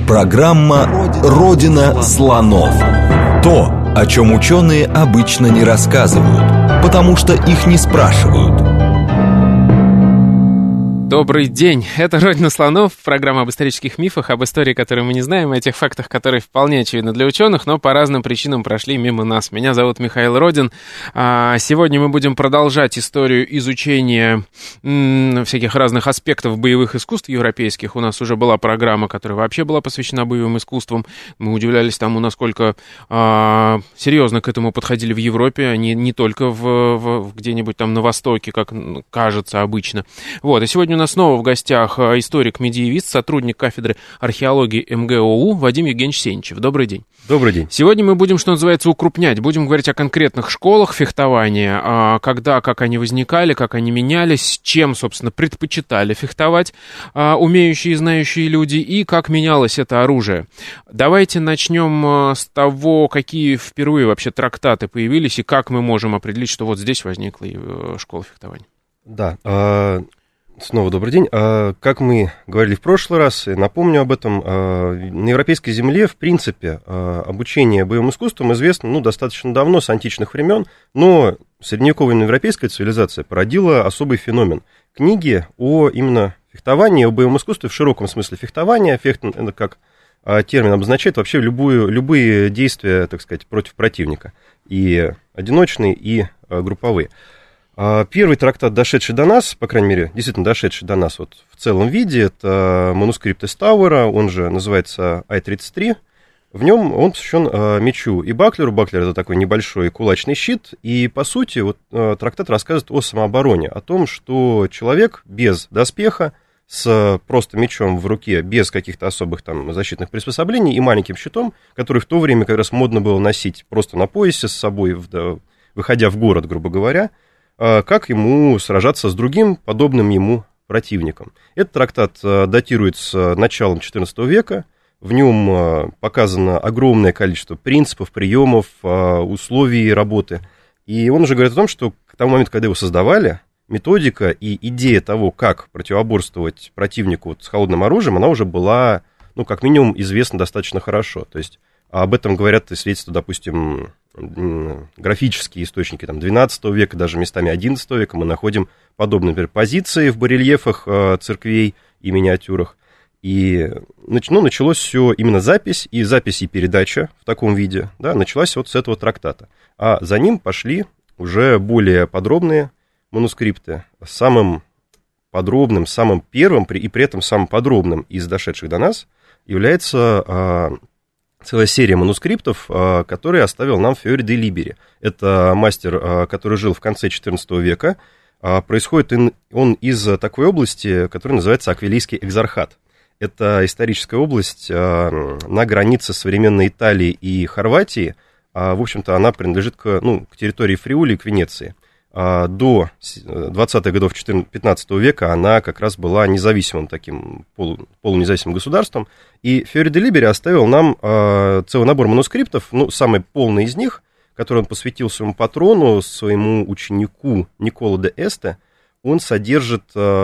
Программа «Родина слонов». То, о чем ученые обычно не рассказывают, потому что их не спрашивают. Добрый день, это «Родина слонов», программа об исторических мифах, об истории, которые мы не знаем, о тех фактах, которые вполне очевидны для ученых, но по разным причинам прошли мимо нас. Меня зовут Михаил Родин. Сегодня мы будем продолжать историю изучения всяких разных аспектов боевых искусств европейских. У нас уже была программа, которая вообще была посвящена боевым искусствам. Мы удивлялись тому, насколько серьезно к этому подходили в Европе, а не только где-нибудь там на Востоке, как кажется обычно. Вот, и сегодня у нас снова в гостях историк-медиевист, сотрудник кафедры археологии МГОУ Вадим Евгеньевич Сеничев. Добрый день. Добрый день. Сегодня мы будем, что называется, укрупнять. Будем говорить о конкретных школах фехтования, когда, как они возникали, как они менялись, чем, собственно, предпочитали фехтовать умеющие и знающие люди, и как менялось это оружие. Давайте начнем с того, какие впервые вообще трактаты появились, и как мы можем определить, что вот здесь возникла школа фехтования. Да, снова добрый день. Как мы говорили в прошлый раз, и напомню об этом, на европейской земле, в принципе, обучение боевым искусствам известно достаточно давно, с античных времен, но средневековая европейская цивилизация породила особый феномен. Книги о именно фехтовании, о боевом искусстве в широком смысле фехтования. Фехтен, это как термин обозначает вообще любые действия, так сказать, против противника, и одиночные, и групповые. Первый трактат, дошедший до нас, по крайней мере, действительно дошедший до нас вот в целом виде, это манускрипт из Тауэра, он же называется I-33. В нем он посвящен мечу и баклеру. Баклер — это такой небольшой кулачный щит. И, по сути, вот, трактат рассказывает о самообороне, о том, что человек без доспеха, с просто мечом в руке, без каких-то особых там защитных приспособлений и маленьким щитом, который в то время как раз модно было носить просто на поясе с собой, выходя в город, грубо говоря, как ему сражаться с другим подобным ему противником. Этот трактат датируется началом XIV века, в нем показано огромное количество принципов, приемов, условий работы, и он уже говорит о том, что к тому моменту, когда его создавали, методика и идея того, как противоборствовать противнику с холодным оружием, она уже была, как минимум, известна достаточно хорошо. То есть об этом говорят и свидетельства, допустим, графические источники XII века, даже местами XI века мы находим подобные, например, позиции в барельефах церквей и миниатюрах. И началось все именно запись и передача в таком виде, да, началась вот с этого трактата. А за ним пошли уже более подробные манускрипты. Самым подробным, самым первым и при этом самым подробным из дошедших до нас является целая серия манускриптов, которые оставил нам Фьори де Либери. Это мастер, который жил в конце XIV века. Происходит он из такой области, которая называется Аквилейский экзархат. Это историческая область на границе современной Италии и Хорватии. В общем-то, она принадлежит к территории Фриулии, к Венеции. До 20-х годов 15 века она как раз была независимым таким полунезависимым государством, и Фьори де Либери оставил нам целый набор манускриптов, самый полный из них, который он посвятил своему патрону, своему ученику Николо де Эсте. Он содержит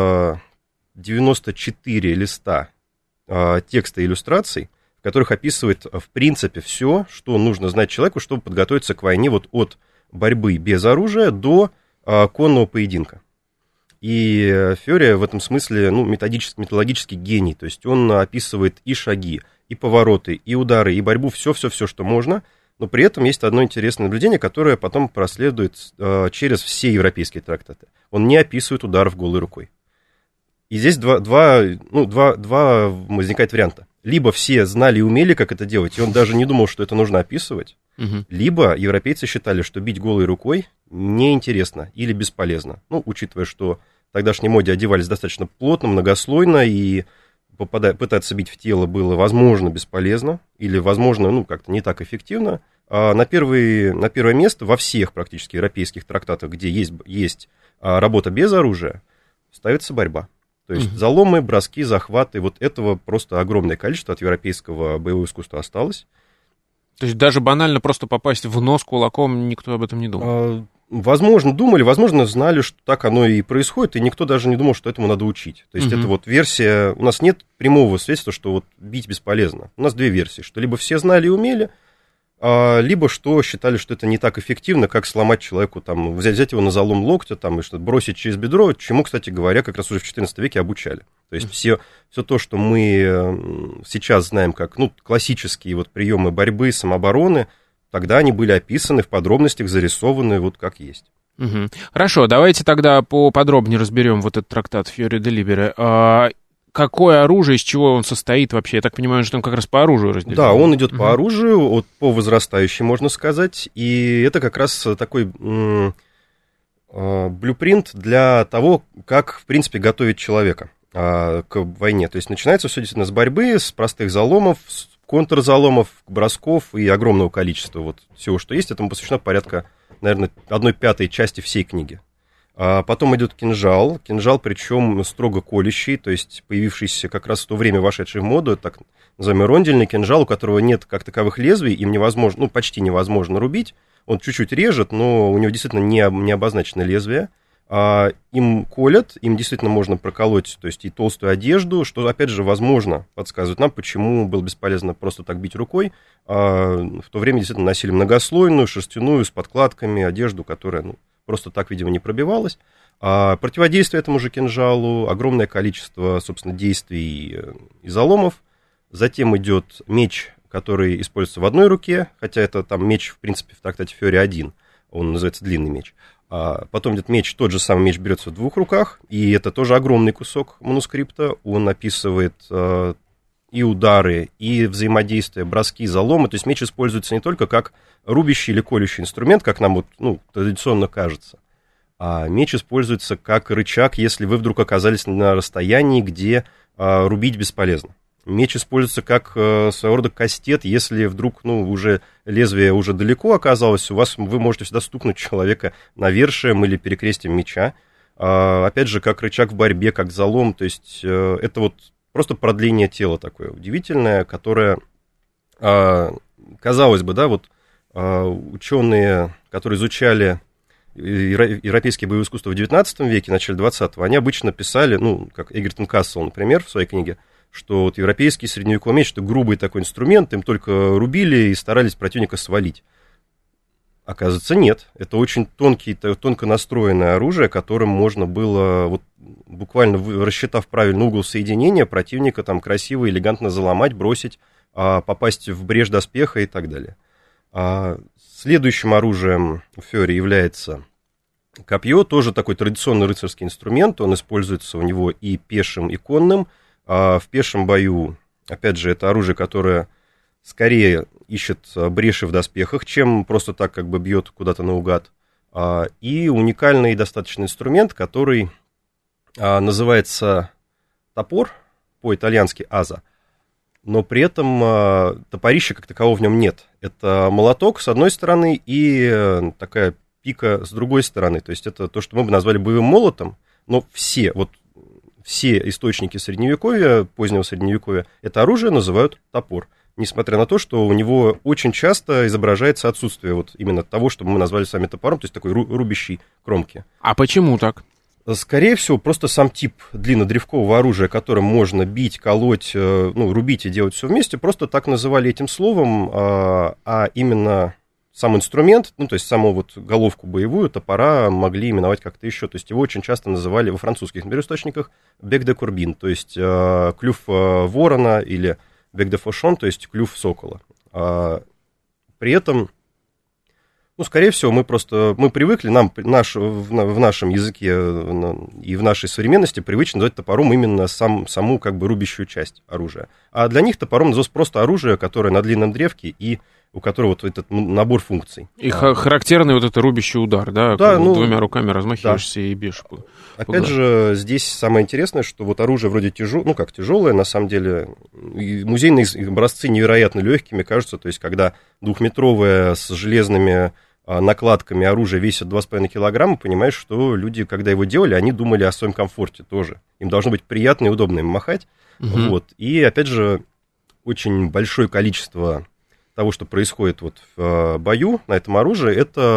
94 листа текста и иллюстраций, в которых описывает, в принципе, все, что нужно знать человеку, чтобы подготовиться к войне вот от борьбы без оружия до конного поединка. И Фьори в этом смысле методологический гений, то есть он описывает и шаги, и повороты, и удары, и борьбу, все, что можно, но при этом есть одно интересное наблюдение, которое потом проследует через все европейские трактаты. Он не описывает ударов голой рукой. И здесь два возникает варианта. Либо все знали и умели, как это делать, и он даже не думал, что это нужно описывать, либо европейцы считали, что бить голой рукой неинтересно или бесполезно. Учитывая, что в тогдашней моде одевались достаточно плотно, многослойно, и пытаться бить в тело было, возможно, бесполезно, или, возможно, как-то не так эффективно. А на первое место во всех практически европейских трактатах, где есть работа без оружия, ставится борьба. То есть заломы, броски, захваты, вот этого просто огромное количество от европейского боевого искусства осталось. То есть даже банально просто попасть в нос кулаком никто об этом не думал? Возможно, думали, возможно, знали, что так оно и происходит, и никто даже не думал, что этому надо учить. То есть это вот версия, у нас нет прямого свидетельства, что вот бить бесполезно. У нас две версии, что либо все знали и умели, либо что считали, что это не так эффективно, как сломать человеку, там, взять его на залом локтя, там, и что-то бросить через бедро, чему, кстати говоря, как раз уже в XIV веке обучали. То есть все то, что мы сейчас знаем как классические вот приемы борьбы, самообороны, тогда они были описаны в подробностях, зарисованы вот как есть. Хорошо, давайте тогда поподробнее разберем вот этот трактат «Фьори де Либере». Какое оружие, из чего он состоит вообще? Я так понимаю, что он как раз по оружию разделен. Да, он идет по оружию, по возрастающей, можно сказать, и это как раз такой блюпринт для того, как, в принципе, готовить человека к войне. То есть начинается все действительно с борьбы, с простых заломов, с контрзаломов, бросков и огромного количества вот всего, что есть. Этому посвящено порядка, наверное, 1/5 части всей книги. Потом идет кинжал, причем строго колющий, то есть появившийся как раз в то время вошедший в моду, так называемый рондельный кинжал, у которого нет как таковых лезвий, им невозможно, почти невозможно рубить, он чуть-чуть режет, но у него действительно не обозначено лезвие. Им колят, им действительно можно проколоть, то есть и толстую одежду, что, опять же, возможно, подсказывает нам, почему было бесполезно просто так бить рукой. В то время действительно носили многослойную, шерстяную, с подкладками одежду, которая просто так, видимо, не пробивалась. Противодействие этому же кинжалу, огромное количество, собственно, действий и заломов. Затем идет меч, который используется в одной руке, хотя это там меч, в принципе, в трактате Фьори один, он называется длинный меч. Потом идет меч, тот же самый меч берется в двух руках, и это тоже огромный кусок манускрипта. Он описывает и удары, и взаимодействие, броски, заломы. То есть меч используется не только как рубящий или колющий инструмент, как нам традиционно кажется, а меч используется как рычаг, если вы вдруг оказались на расстоянии, где рубить бесполезно. Меч используется как своего рода кастет, если вдруг, уже лезвие уже далеко оказалось, вы можете всегда стукнуть человека навершием или перекрестием меча. Опять же, как рычаг в борьбе, как залом, то есть это вот просто продление тела такое удивительное, которое, казалось бы, да, вот ученые, которые изучали европейские боевые искусства в XIX веке, начале XX, они обычно писали, как Эгертон Кассел, например, в своей книге, что вот европейский средневековый меч — это грубый такой инструмент, им только рубили и старались противника свалить. Оказывается, нет. Это очень тонко настроенное оружие, которым можно было, вот, буквально рассчитав правильный угол соединения, противника там красиво, элегантно заломать, бросить, попасть в брешь доспеха и так далее. Следующим оружием Фьори является копье, тоже такой традиционный рыцарский инструмент, он используется у него и пешим, и конным. В пешем бою, опять же, это оружие, которое скорее ищет бреши в доспехах, чем просто так как бы бьет куда-то наугад. И уникальный достаточно инструмент, который называется топор, по-итальянски аза, но при этом топорища как такового в нем нет. Это молоток с одной стороны и такая пика с другой стороны. То есть это то, что мы бы назвали боевым молотом, но все источники средневековья, позднего средневековья, это оружие называют топор. Несмотря на то, что у него очень часто изображается отсутствие вот именно того, что мы назвали с вами топором, то есть такой рубящей кромки. А почему так? Скорее всего, просто сам тип длиннодревкового оружия, которым можно бить, колоть, рубить и делать все вместе, просто так называли этим словом, а именно сам инструмент, то есть саму вот головку боевую топора могли именовать как-то еще. То есть его очень часто называли во французских источниках bec de corbin, то есть клюв ворона или bec de fauchon, то есть клюв сокола. При этом, скорее всего, мы привыкли, в нашем языке и в нашей современности привычно называть топором именно саму как бы рубящую часть оружия. А для них топором называлось просто оружие, которое на длинном древке и у которого вот этот набор функций. И характерный вот этот рубящий удар, да? Да, двумя руками размахиваешься, да, и бьешь. Опять же, здесь самое интересное, что вот оружие вроде тяжелое, на самом деле, музейные образцы невероятно легкими кажутся, то есть когда двухметровое с железными накладками оружие весит 2,5 килограмма, понимаешь, что люди, когда его делали, они думали о своем комфорте тоже. Им должно быть приятно и удобно им махать. Угу. Вот. И, опять же, очень большое количество того, что происходит вот в бою на этом оружии, это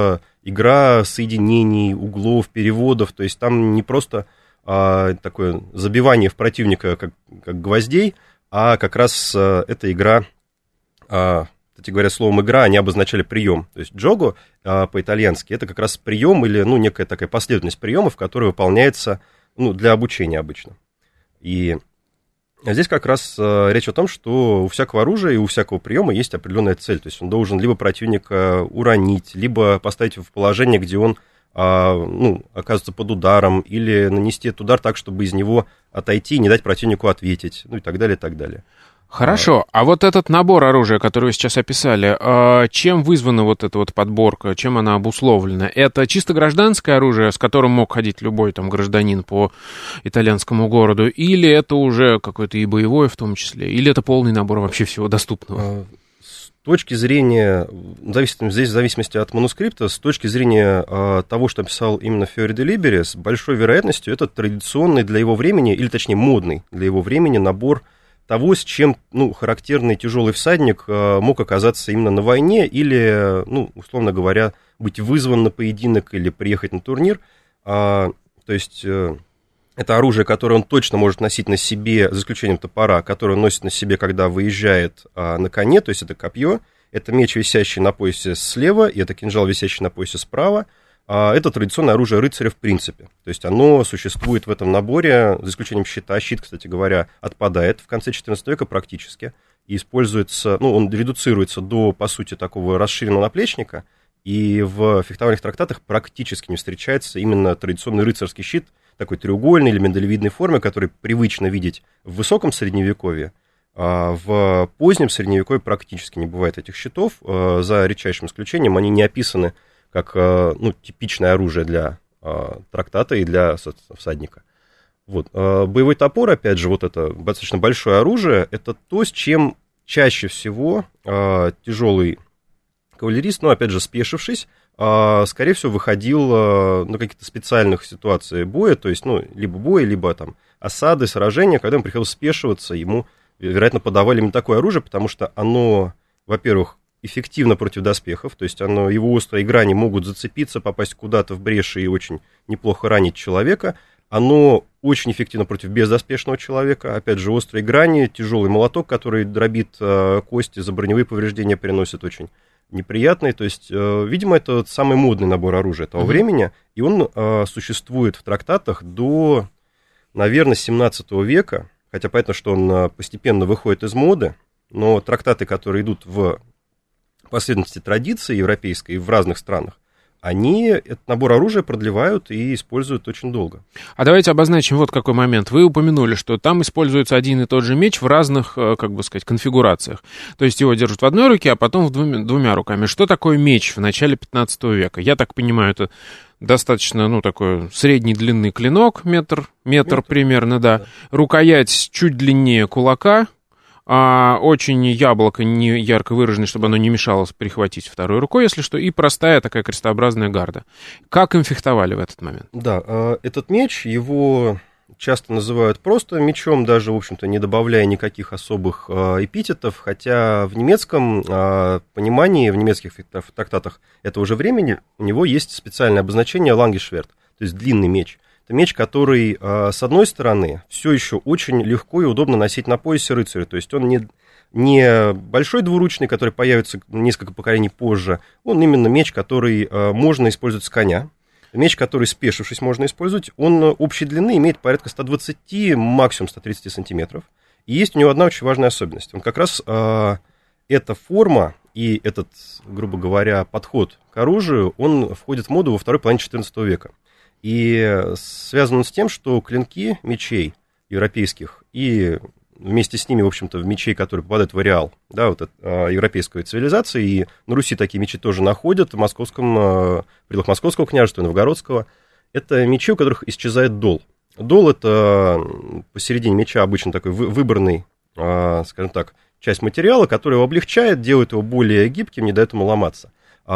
игра соединений, углов, переводов, то есть там не просто такое забивание в противника, как гвоздей, а как раз эта игра, кстати говоря, словом «игра» они обозначали прием. То есть «джого» по-итальянски это как раз прием или некая такая последовательность приемов, которая выполняется для обучения обычно. И здесь как раз речь о том, что у всякого оружия и у всякого приема есть определенная цель. То есть он должен либо противника уронить, либо поставить его в положение, где он оказывается под ударом, или нанести этот удар так, чтобы из него отойти и не дать противнику ответить, и так далее, и так далее. Хорошо, а вот этот набор оружия, который вы сейчас описали, чем вызвана вот эта вот подборка, чем она обусловлена? Это чисто гражданское оружие, с которым мог ходить любой там гражданин по итальянскому городу, или это уже какое-то и боевое в том числе, или это полный набор вообще всего доступного? С точки зрения, здесь в зависимости от манускрипта, с точки зрения того, что описал именно Фьори де Либери, с большой вероятностью это традиционный для его времени, или точнее модный для его времени набор того, с чем характерный тяжелый всадник мог оказаться именно на войне или, условно говоря, быть вызван на поединок или приехать на турнир. То есть это оружие, которое он точно может носить на себе, за исключением топора, которое он носит на себе, когда выезжает на коне, то есть это копье, это меч, висящий на поясе слева, и это кинжал, висящий на поясе справа. Это традиционное оружие рыцаря в принципе. То есть оно существует в этом наборе, за исключением щита. Щит, кстати говоря, отпадает в конце XIV века практически. И используется, он редуцируется до, по сути, такого расширенного наплечника. И в фехтовальных трактатах практически не встречается именно традиционный рыцарский щит, такой треугольной или миндалевидной формы, который привычно видеть в высоком средневековье. В позднем средневековье практически не бывает этих щитов. За редчайшим исключением они не описаны как типичное оружие для трактата и для всадника. Вот. Боевой топор, опять же, вот это достаточно большое оружие, это то, с чем чаще всего тяжелый кавалерист, опять же, спешившись, скорее всего, выходил на каких-то специальных ситуациях боя, то есть, либо боя, либо там осады, сражения, когда ему приходилось спешиваться, ему, вероятно, подавали именно такое оружие, потому что оно, во-первых, эффективно против доспехов, то есть его острые грани могут зацепиться, попасть куда-то в брешь и очень неплохо ранить человека. Оно очень эффективно против бездоспешного человека. Опять же, острые грани, тяжелый молоток, который дробит кости, за броневые повреждения приносит очень неприятные. То есть, видимо, это самый модный набор оружия того времени, и он существует в трактатах до, наверное, 17 века, хотя понятно, что он постепенно выходит из моды, но трактаты, которые идут в последовательности традиции европейской и в разных странах, они этот набор оружия продлевают и используют очень долго. А давайте обозначим вот какой момент. Вы упомянули, что там используется один и тот же меч в разных, конфигурациях. То есть его держат в одной руке, а потом двумя руками. Что такое меч в начале 15 века? Я так понимаю, это достаточно, такой средней длины клинок, метр примерно, да. Рукоять чуть длиннее кулака, очень яблоко не ярко выраженное, чтобы оно не мешало прихватить второй рукой, если что, и простая такая крестообразная гарда. Как им фехтовали в этот момент? Да, этот меч, его часто называют просто мечом, даже, в общем-то, не добавляя никаких особых эпитетов, хотя в немецком понимании, в немецких трактатах этого же времени у него есть специальное обозначение «лангешверт», то есть длинный меч. Это меч, который, с одной стороны, все еще очень легко и удобно носить на поясе рыцаря. То есть он не большой двуручный, который появится несколько поколений позже. Он именно меч, который можно использовать с коня. Меч, который, спешившись, можно использовать. Он общей длины имеет порядка 120, максимум 130 сантиметров. И есть у него одна очень важная особенность. Он как раз эта форма и этот, грубо говоря, подход к оружию, он входит в моду во второй половине XIV века. И связан он с тем, что клинки мечей европейских и вместе с ними, в общем-то, мечей, которые попадают в ареал, да, вот европейской цивилизации, и на Руси такие мечи тоже находят, в пределах Московского княжества и Новгородского, это мечи, у которых исчезает дол. Дол — это посередине меча обычно такой выборный, скажем так, часть материала, который его облегчает, делает его более гибким, не дает ему ломаться.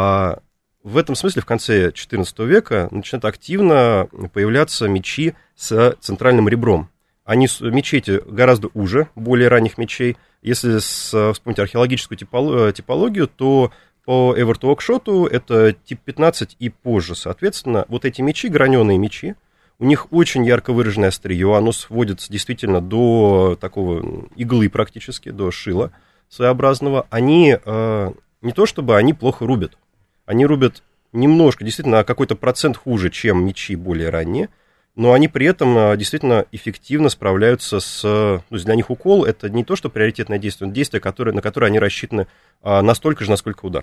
В этом смысле в конце XIV века начинают активно появляться мечи с центральным ребром. Мечи эти гораздо уже более ранних мечей. Если вспомнить археологическую типологию, то по Эверту Окшоту это тип 15 и позже, соответственно, вот эти мечи, граненые мечи, у них очень ярко выраженное острие, оно сводится действительно до такого иглы практически, до шила своеобразного. Они не то чтобы они плохо рубят, они рубят немножко, действительно, на какой-то процент хуже, чем мечи более ранние, но они при этом действительно эффективно справляются с... Ну, для них укол — это не то, что приоритетное действие, но действие, на которое они рассчитаны настолько же, насколько удар.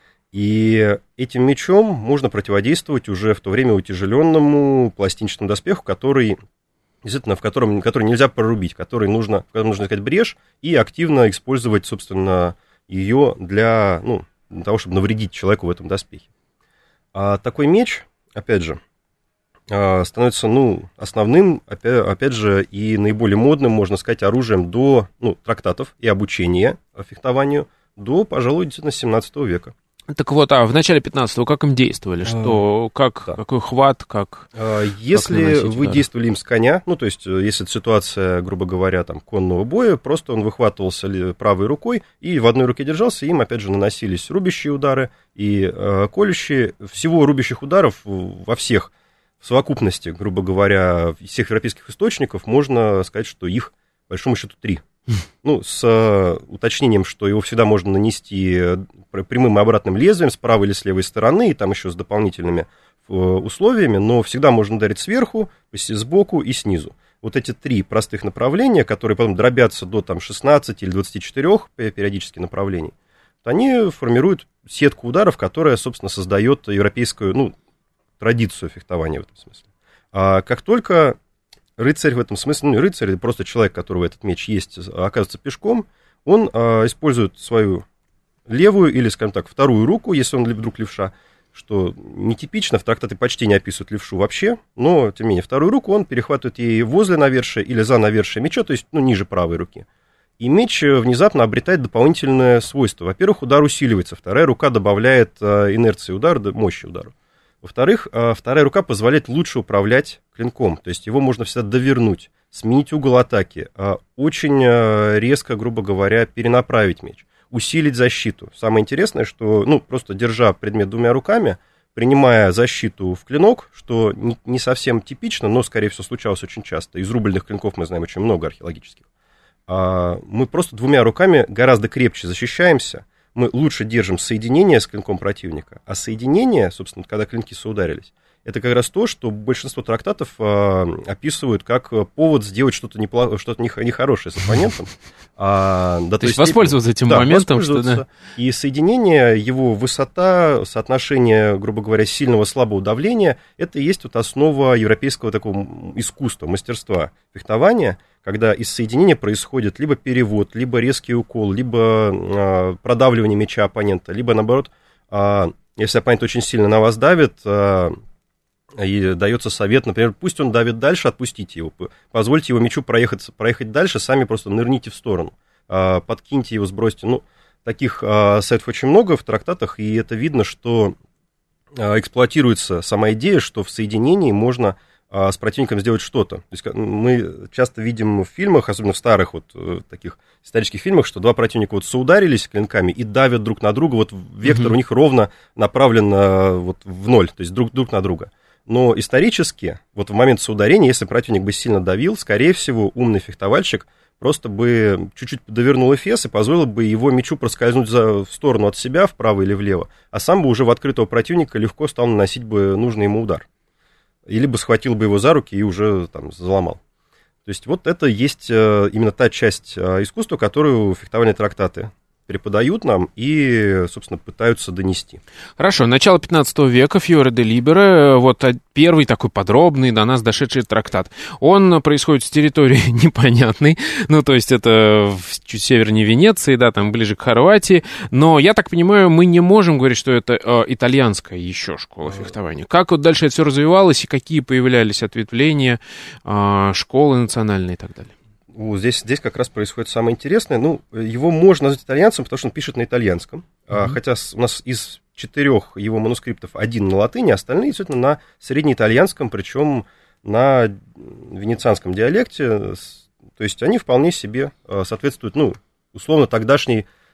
И этим мечом можно противодействовать уже в то время утяжеленному пластинчатому доспеху, который который нельзя прорубить, в котором нужно искать брешь и активно использовать, собственно, ее для того, чтобы навредить человеку в этом доспехе. А такой меч, опять же, становится, основным, опять же, и наиболее модным, можно сказать, оружием до трактатов и обучения фехтованию до, пожалуй, действительно, 17 века. Так вот, в начале 15-го как им действовали? Какой хват, Если вы действовали им с коня, то есть, если это ситуация, грубо говоря, конного боя, просто он выхватывался правой рукой и в одной руке держался, им, опять же, наносились рубящие удары и колющие. Всего рубящих ударов во всех, в совокупности, грубо говоря, всех европейских источников, можно сказать, что их, по большому счету, 3. С уточнением, что его всегда можно нанести прямым и обратным лезвием с правой или с левой стороны, и там еще с дополнительными условиями, но всегда можно ударить сверху, сбоку и снизу. Вот эти 3 простых направления, которые потом дробятся до 16 или 24 периодически направлений, они формируют сетку ударов, которая, собственно, создает европейскую традицию фехтования в этом смысле. А как только рыцарь в этом смысле, не рыцарь, или просто человек, у которого этот меч есть, оказывается пешком, он использует свою левую или, скажем так, вторую руку, если он вдруг левша, что нетипично, в трактаты почти не описывают левшу вообще, но, тем не менее, вторую руку он перехватывает ей возле навершия или за навершие меча, то есть, ниже правой руки. И меч внезапно обретает дополнительное свойство. Во-первых, удар усиливается, вторая рука добавляет инерции удара, мощи удару. Во-вторых, вторая рука позволяет лучше управлять клинком, то есть его можно всегда довернуть, сменить угол атаки, очень резко, грубо говоря, перенаправить меч, усилить защиту. Самое интересное, что, просто держа предмет двумя руками, принимая защиту в клинок, что не совсем типично, но, скорее всего, случалось очень часто. Из рубленных клинков мы знаем очень много археологических. Мы просто двумя руками гораздо крепче защищаемся, мы лучше держим соединение с клинком противника, а соединение, собственно, когда клинки соударились, это как раз то, что большинство трактатов описывают как повод сделать что-то нехорошее с оппонентом. То есть воспользоваться этим моментом. И соединение, его высота, соотношение, грубо говоря, сильного слабого давления, это и есть основа европейского такого искусства, мастерства фехтования, когда из соединения происходит либо перевод, либо резкий укол, либо продавливание меча оппонента, либо, наоборот, если оппонент очень сильно на вас давит, и дается совет, например, пусть он давит дальше, отпустите его, позвольте его мечу проехать дальше, сами просто нырните в сторону, подкиньте его, сбросьте. Таких советов очень много в трактатах, и это видно, что эксплуатируется сама идея, что в соединении можно с противником сделать что-то. То есть мы часто видим в фильмах, особенно в старых таких исторических фильмах, что два противника соударились клинками и давят друг на друга, вектор у них ровно направлен в ноль, то есть друг на друга. Но исторически, в момент соударения, если противник бы сильно давил, скорее всего, умный фехтовальщик просто бы чуть-чуть довернул эфес и позволил бы его мечу проскользнуть в сторону от себя, вправо или влево, а сам бы уже в открытого противника легко стал наносить бы нужный ему удар. Или бы схватил бы его за руки и уже заломал. То есть это есть именно та часть искусства, которую фехтовальные трактаты преподают нам и, собственно, пытаются донести. Хорошо, начало 15 века, Фьоре де Либеро, первый такой подробный до нас дошедший трактат. Он происходит с территории непонятной, то есть это чуть севернее Венеции, там ближе к Хорватии, но, я так понимаю, мы не можем говорить, что это итальянская еще школа фехтования. Как дальше это все развивалось и какие появлялись ответвления, школы национальные и так далее? Здесь как раз происходит самое интересное. Его можно назвать итальянцем, потому что он пишет на итальянском. Хотя у нас из 4 его манускриптов один на латыни, остальные действительно на среднеитальянском, причем на венецианском диалекте. То есть они вполне себе соответствуют, условно, тогдашней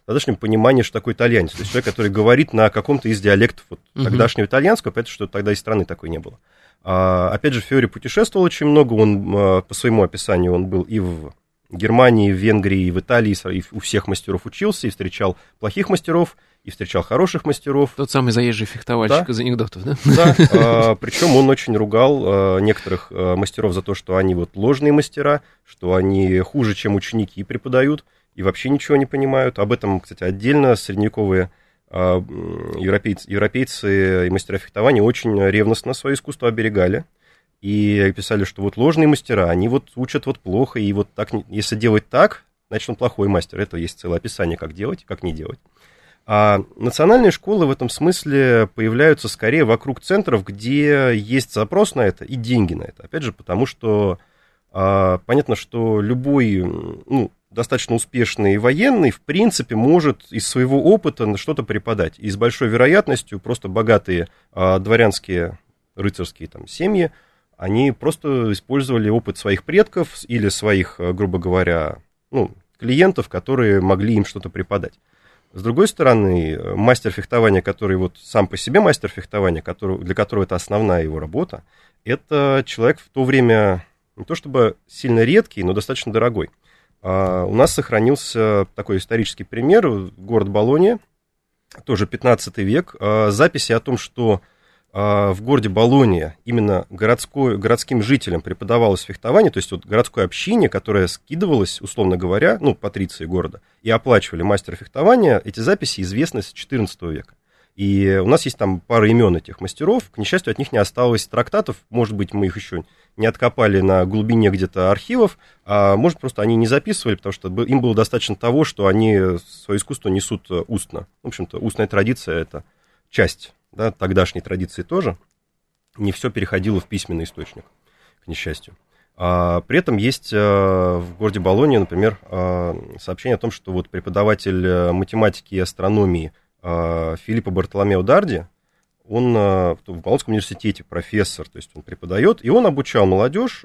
достаточным пониманием, что такое итальянец. То есть человек, который говорит на каком-то из диалектов вот, тогдашнего итальянского, поэтому что тогда и страны такой не было. Опять же, Фиори путешествовал очень много, он, по своему описанию, он был и в Германии, в Венгрии, и в Италии, и у всех мастеров учился, и встречал плохих мастеров, и встречал хороших мастеров. Тот самый заезжий фехтовальщик из анекдотов, да? Да, причем он очень ругал некоторых мастеров за то, что они вот ложные мастера, что они хуже, чем ученики преподают, и вообще ничего не понимают. Об этом, кстати, отдельно средневековые европейцы и мастера фехтования очень ревностно свое искусство оберегали. И писали, что вот ложные мастера, они вот учат вот плохо, и вот так, если делать так, значит, он плохой мастер. Это есть целое описание, как делать, как не делать. А национальные школы в этом смысле появляются скорее вокруг центров, где есть запрос на это и деньги на это. Опять же, потому что понятно, что любой достаточно успешный военный, в принципе, может из своего опыта что-то преподать. И с большой вероятностью просто богатые дворянские, рыцарские там, семьи, они просто использовали опыт своих предков или своих, грубо говоря, клиентов, которые могли им что-то преподать. С другой стороны, мастер фехтования, который вот сам по себе мастер фехтования, для которого это основная его работа, это человек в то время не то чтобы сильно редкий, но достаточно дорогой. У нас сохранился такой исторический пример, город Болонья, тоже 15 век, записи о том, что в городе Болонья именно городским жителям преподавалось фехтование, то есть вот городской общине, которая скидывалась, условно говоря, патриции города, и оплачивали мастера фехтования, эти записи известны с XIV века. И у нас есть там пара имен этих мастеров, к несчастью, от них не осталось трактатов, может быть, мы их еще не откопали на глубине где-то архивов, а может, просто они не записывали, потому что им было достаточно того, что они свое искусство несут устно. В общем-то, устная традиция – это часть, да, тогдашней традиции тоже. Не все переходило в письменный источник, к несчастью. При этом есть в городе Болонья, например, сообщение о том, что вот преподаватель математики и астрономии Филиппо Бартоломео Дарди, он в Болонском университете профессор, то есть он преподает, и он обучал молодежь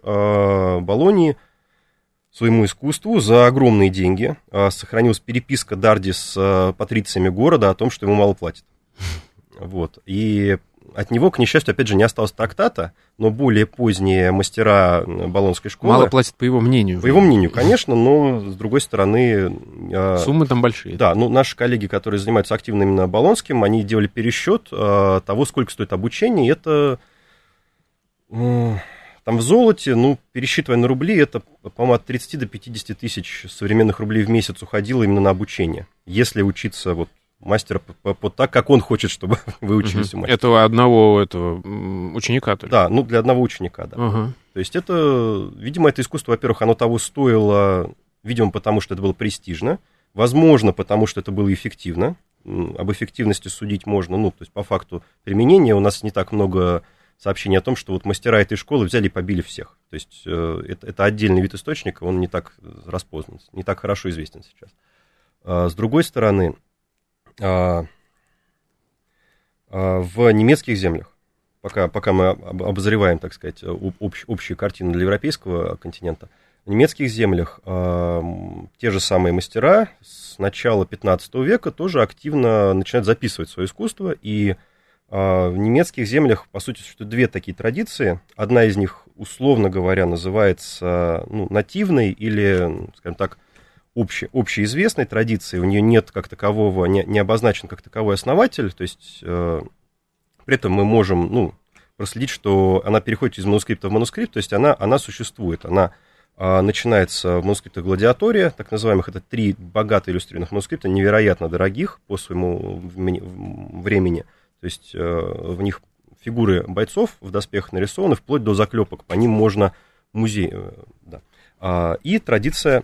Болоньи своему искусству за огромные деньги. Сохранилась переписка Дарди с патрициями города о том, что ему мало платят. Вот. И от него, к несчастью, опять же, не осталось трактата, но более поздние мастера Болонской школы... Мало платят, по его мнению. По его мнению, конечно, но, с другой стороны... Суммы там большие. Да, наши коллеги, которые занимаются активно именно Болонским, они делали пересчет того, сколько стоит обучение, и это... Там в золоте, пересчитывая на рубли, это, по-моему, от 30 до 50 тысяч современных рублей в месяц уходило именно на обучение, если учиться вот мастера так, как он хочет, чтобы вы учились у мастера. Это одного ученика только? Да, для одного ученика, да. То есть это, видимо, это искусство, во-первых, оно того стоило, видимо, потому что это было престижно, возможно, потому что это было эффективно. Об эффективности судить можно, то есть по факту применения у нас не так много сообщений о том, что вот мастера этой школы взяли и побили всех. То есть это отдельный вид источника, он не так распознан, не так хорошо известен сейчас. С другой стороны, в немецких землях, пока мы обозреваем, так сказать, общую картину для европейского континента, в немецких землях те же самые мастера с начала 15 века тоже активно начинают записывать свое искусство, и в немецких землях, по сути, существуют две такие традиции. Одна из них, условно говоря, называется нативной или, скажем так, общеизвестной традиции, у нее нет как такового, не обозначен как таковой основатель, то есть при этом мы можем проследить, что она переходит из манускрипта в манускрипт, то есть она существует, она начинается в манускриптах Гладиатория, так называемых, это 3 богато иллюстрированных манускрипта, невероятно дорогих по своему времени, то есть в них фигуры бойцов в доспехах нарисованы, вплоть до заклепок, по ним можно музей, да. И традиция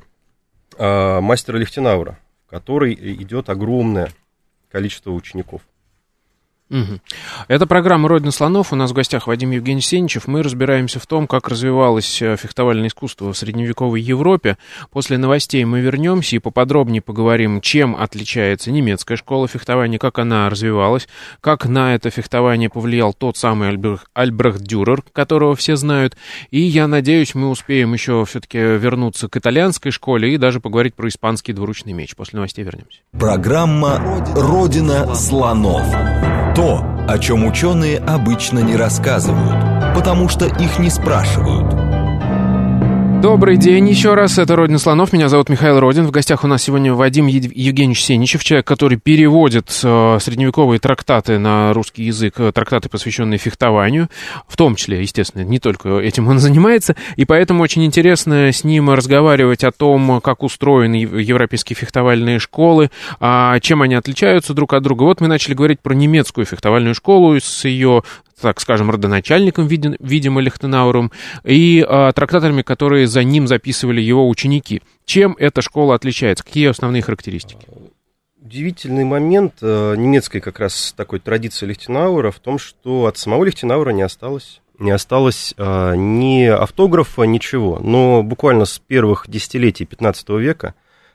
мастера Лихтенауэра, в которой идет огромное количество учеников. Угу. Это программа «Родина слонов». У нас в гостях Вадим Евгеньевич Сеничев. Мы разбираемся в том, как развивалось фехтовальное искусство в средневековой Европе. После новостей мы вернемся и поподробнее поговорим, чем отличается немецкая школа фехтования, как она развивалась, как на это фехтование повлиял тот самый Альбрехт Дюрер, которого все знают. И я надеюсь, мы успеем еще все-таки вернуться к итальянской школе и даже поговорить про испанский двуручный меч. После новостей вернемся. Программа «Родина слонов». То, о чем ученые обычно не рассказывают, потому что их не спрашивают. Добрый день еще раз, это «Родина слонов», меня зовут Михаил Родин. В гостях у нас сегодня Вадим Евгеньевич Сеничев, человек, который переводит средневековые трактаты на русский язык, трактаты, посвященные фехтованию, в том числе, естественно, не только этим он занимается, и поэтому очень интересно с ним разговаривать о том, как устроены европейские фехтовальные школы, чем они отличаются друг от друга. Вот мы начали говорить про немецкую фехтовальную школу с ее, так скажем, родоначальником, видимо, Лихтенауром, и трактатами, которые за ним записывали его ученики. Чем эта школа отличается? Какие основные характеристики? Удивительный момент немецкой как раз такой традиции Лихтенаура в том, что от самого Лихтенаура не осталось ни автографа, ничего. Но буквально с первых десятилетий 15 века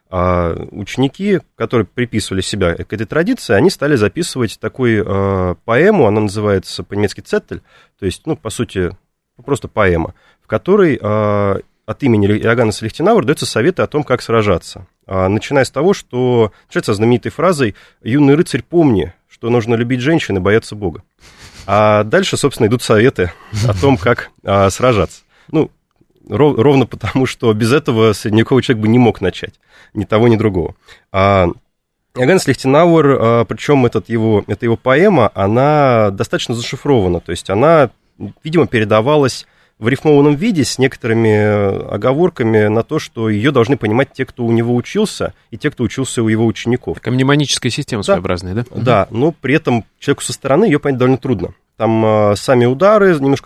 ученики, которые приписывали себя к этой традиции, они стали записывать такую поэму, она называется по-немецки «Цеттель», то есть, по сути, просто поэма, в которой от имени Иоганнеса Лихтенаура даются советы о том, как сражаться. Начиная с того, что начинается знаменитой фразой «Юный рыцарь, помни, что нужно любить женщин и бояться Бога». А дальше, собственно, идут советы о том, как сражаться. Ровно потому, что без этого средневековый человек бы не мог начать. Ни того, ни другого. Иоганнес Лихтенауэр, причем эта его поэма, она достаточно зашифрована. То есть она, видимо, передавалась в рифмованном виде с некоторыми оговорками на то, что ее должны понимать те, кто у него учился, и те, кто учился у его учеников. Такая мнемоническая система своеобразная, да? Да, но при этом человеку со стороны ее понять довольно трудно. Там сами удары немножко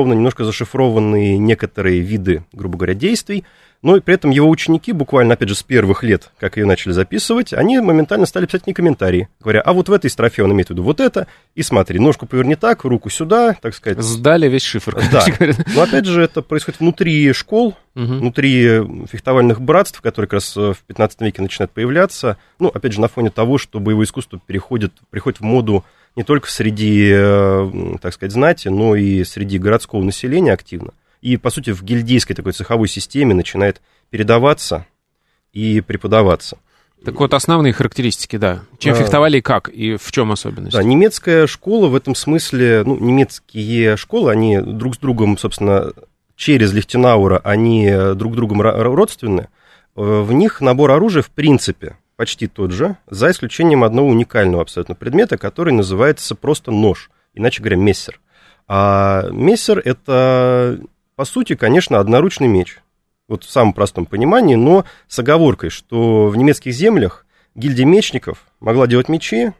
зашифрованы некоторые виды, грубо говоря, действий, но и при этом его ученики, буквально, опять же, с первых лет, как ее начали записывать, они моментально стали писать мне комментарии, говоря, а вот в этой строфе он имеет в виду вот это, и смотри, ножку поверни так, руку сюда, так сказать. Сдали весь шифр. Да, но опять же, это происходит внутри школ, внутри фехтовальных братств, которые как раз в 15 веке начинают появляться, опять же, на фоне того, что боевое искусство приходит в моду не только среди, так сказать, знати, но и среди городского населения активно. И, по сути, в гильдейской такой цеховой системе начинает передаваться и преподаваться. Так вот, основные характеристики, да. Чем фехтовали и как, и в чем особенность? Да, немецкая школа в этом смысле, немецкие школы, они друг с другом, собственно, через Лихтенаура, они друг с другом родственны. В них набор оружия, в принципе, почти тот же, за исключением одного уникального абсолютно предмета, который называется просто нож, иначе говоря, мессер. А мессер — это, по сути, конечно, одноручный меч, вот в самом простом понимании, но с оговоркой, что в немецких землях гильдия мечников могла делать мечи,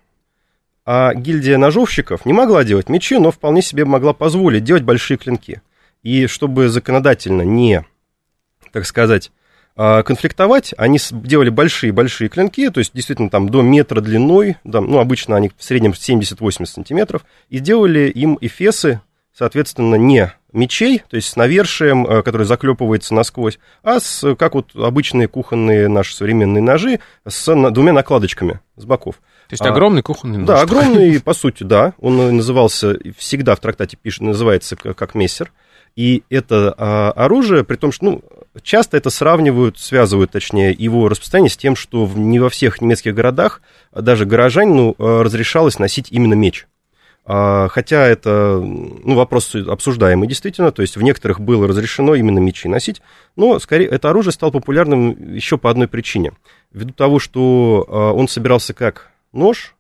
а гильдия ножовщиков не могла делать мечи, но вполне себе могла позволить делать большие клинки. И чтобы законодательно не, так сказать, конфликтовать, они делали большие-большие клинки, то есть действительно там до метра длиной, обычно они в среднем 70-80 сантиметров, и делали им эфесы, соответственно, не мечей, то есть с навершием, который заклепывается насквозь, а как вот обычные кухонные наши современные ножи с двумя накладочками с боков. То есть огромный кухонный нож. Да, огромный, по сути, да. Он назывался, всегда в трактате называется как мессер. И это оружие, при том, что часто это связывают, точнее, его распространение с тем, что не во всех немецких городах даже горожанину разрешалось носить именно меч. Хотя это вопрос обсуждаемый действительно, то есть в некоторых было разрешено именно мечи носить, но скорее это оружие стало популярным еще по одной причине. Ввиду того, что он собирался как нож,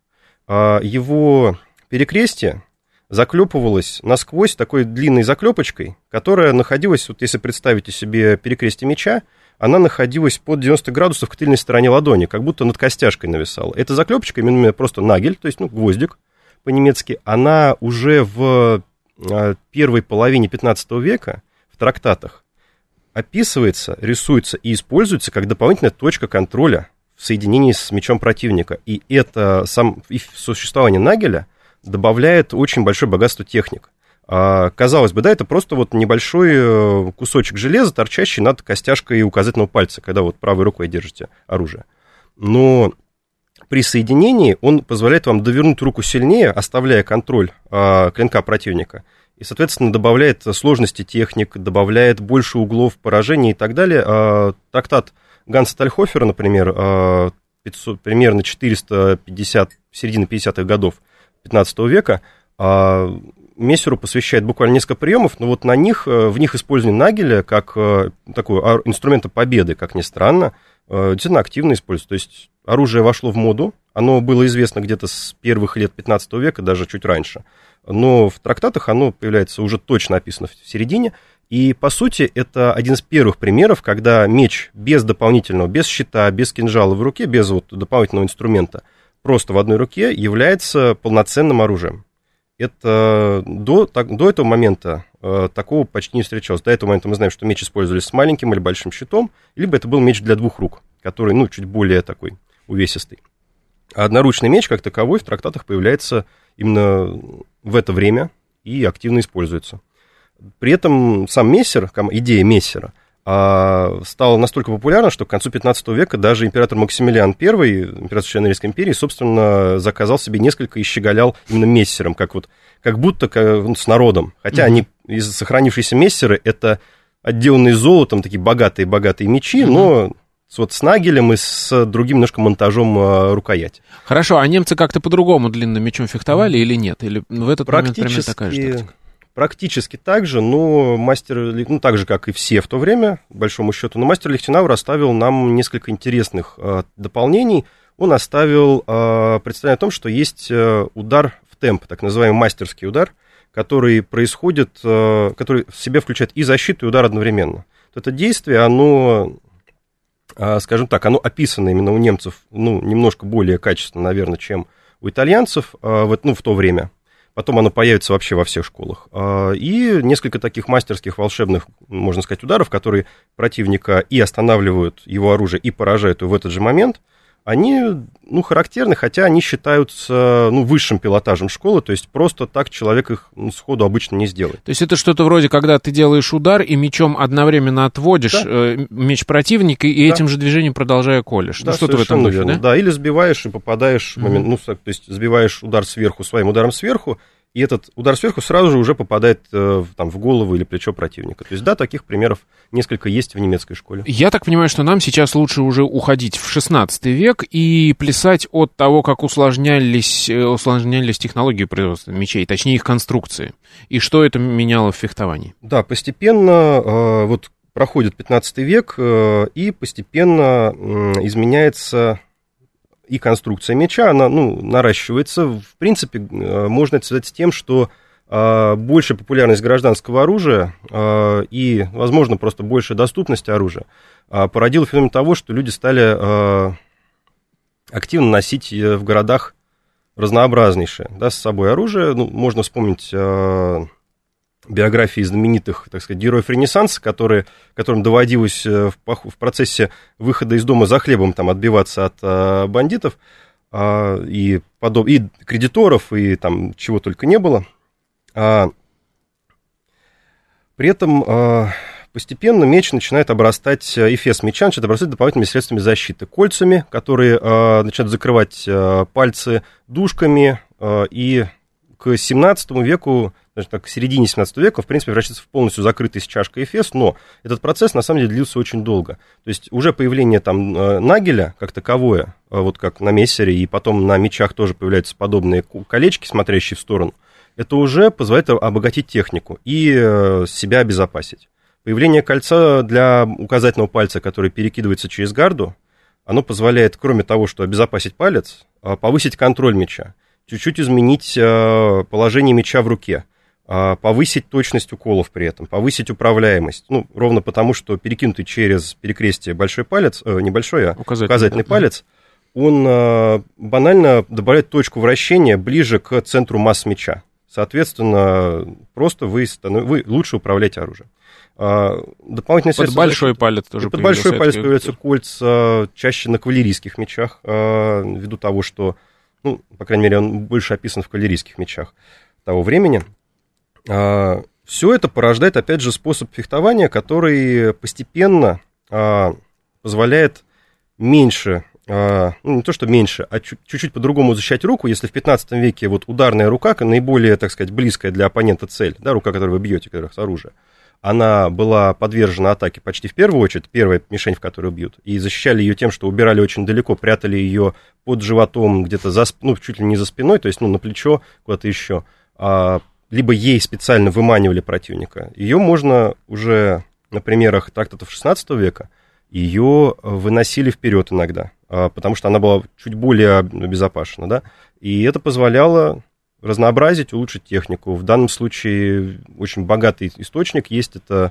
его перекрестие заклепывалась насквозь такой длинной заклепочкой, которая находилась, вот если представите себе перекрестие меча, она находилась под 90 градусов к тыльной стороне ладони, как будто над костяшкой нависала. Эта заклепочка, именно просто нагель, то есть гвоздик по-немецки, она уже в первой половине 15 века в трактатах описывается, рисуется и используется как дополнительная точка контроля в соединении с мечом противника. И это существование нагеля добавляет очень большое богатство техник. Казалось бы, да, это просто вот небольшой кусочек железа, торчащий над костяшкой указательного пальца, когда вот правой рукой держите оружие. Но при соединении он позволяет вам довернуть руку сильнее, оставляя контроль клинка противника. И, соответственно, добавляет сложности техник, добавляет больше углов поражения и так далее. Трактат Ганса Тальхофера, например, примерно 450, середины 50-х годов 15 века, мессеру посвящает буквально несколько приемов, но вот в них использование нагеля как такого инструмента победы, как ни странно, действительно активно используется. То есть оружие вошло в моду, оно было известно где-то с первых лет 15 века, даже чуть раньше, но в трактатах оно появляется уже точно описано в середине, и, по сути, это один из первых примеров, когда меч без дополнительного, без щита, без кинжала в руке, без вот дополнительного инструмента, просто в одной руке является полноценным оружием. Это до этого момента такого почти не встречалось. До этого момента мы знаем, что меч использовали с маленьким или большим щитом, либо это был меч для двух рук, который, чуть более такой увесистый. А одноручный меч, как таковой, в трактатах появляется именно в это время и активно используется. При этом сам мессер, идея мессера, стала настолько популярна, что к концу 15 века даже император Максимилиан I, император Священной Римской империи, собственно, заказал себе несколько и щеголял именно мессером, как будто с народом. Хотя они, из сохранившиеся мессеры, это отделанные золотом, такие богатые мечи, но с нагелем и с другим немножко монтажом рукояти. Хорошо, а немцы как-то по-другому длинным мечом фехтовали или нет? Или в этот момент примерно такая же тактика? Практически так же, но мастер, так же, как и все в то время, по большому счету, но мастер Лихтенауэр оставил нам несколько интересных дополнений. Он оставил представление о том, что есть удар в темп, так называемый мастерский удар, который происходит, который в себя включает и защиту, и удар одновременно. Это действие, оно, скажем так, оно описано именно у немцев, немножко более качественно, наверное, чем у итальянцев в то время. Потом оно появится вообще во всех школах. И несколько таких мастерских, волшебных, можно сказать, ударов, которые противника и останавливают его оружие, и поражают его в этот же момент, они, характерны, хотя они считаются, высшим пилотажем школы, то есть просто так человек их сходу обычно не сделает. То есть это что-то вроде, когда ты делаешь удар и мечом одновременно отводишь меч противника и этим же движением продолжая колешь. Да, что-то в этом духе, верно. Да, или сбиваешь и попадаешь, то есть сбиваешь удар сверху своим ударом сверху, и этот удар сверху сразу же уже попадает в голову или плечо противника. То есть, таких примеров несколько есть в немецкой школе. Я так понимаю, что нам сейчас лучше уже уходить в 16 век и плясать от того, как усложнялись технологии производства мечей, точнее их конструкции, и что это меняло в фехтовании. Да, постепенно проходит 15 век, и постепенно изменяется и конструкция меча, она, наращивается. В принципе, можно это связать с тем, что большая популярность гражданского оружия и, возможно, просто большая доступность оружия породила феномен того, что люди стали активно носить в городах разнообразнейшее с собой оружие. Можно вспомнить биографии знаменитых, так сказать, героев Ренессанса, которым доводилось в процессе выхода из дома за хлебом отбиваться от бандитов и кредиторов, и чего только не было. При этом постепенно меч начинает обрастать, эфес меча начинает обрастать дополнительными средствами защиты, кольцами, которые начинают закрывать пальцы, дужками, и к 17 веку, к середине 17 века, в принципе, превращается в полностью закрытый с чашкой эфес, но этот процесс, на самом деле, длился очень долго. То есть уже появление нагеля, как таковое, как на мессере, и потом на мечах тоже появляются подобные колечки, смотрящие в сторону, это уже позволяет обогатить технику и себя обезопасить. Появление кольца для указательного пальца, который перекидывается через гарду, оно позволяет, кроме того, что обезопасить палец, повысить контроль меча, чуть-чуть изменить положение меча в руке, повысить точность уколов при этом, повысить управляемость. Ровно потому, что перекинутый через перекрестие большой палец, небольшой, а указательный палец, он банально добавляет точку вращения ближе к центру масс меча. Соответственно, просто вы лучше управляете оружием. Дополнительное под большой палец тоже под большой палец появляются кольца чаще на кавалерийских мечах, ввиду того, что ну, по крайней мере, он больше описан в кавалерийских мечах того времени. Все это порождает, опять же, способ фехтования, который постепенно позволяет меньше, ну, не то что меньше, а чуть-чуть по-другому защищать руку. Если в 15 веке вот ударная рука, наиболее, так сказать, близкая для оппонента цель, да, рука, которой вы бьете, которая с оружия, она была подвержена атаке почти в первую очередь, первая мишень, в которую бьют, и защищали ее тем, что убирали очень далеко, прятали ее под животом, где-то ну, чуть ли не за спиной, то есть, ну, на плечо, куда-то еще, либо ей специально выманивали противника. Ее можно уже на примерах трактатов XVI века, ее выносили вперед иногда, потому что она была чуть более безопасна, да, и это позволяло разнообразить, улучшить технику. В данном случае очень богатый источник есть, это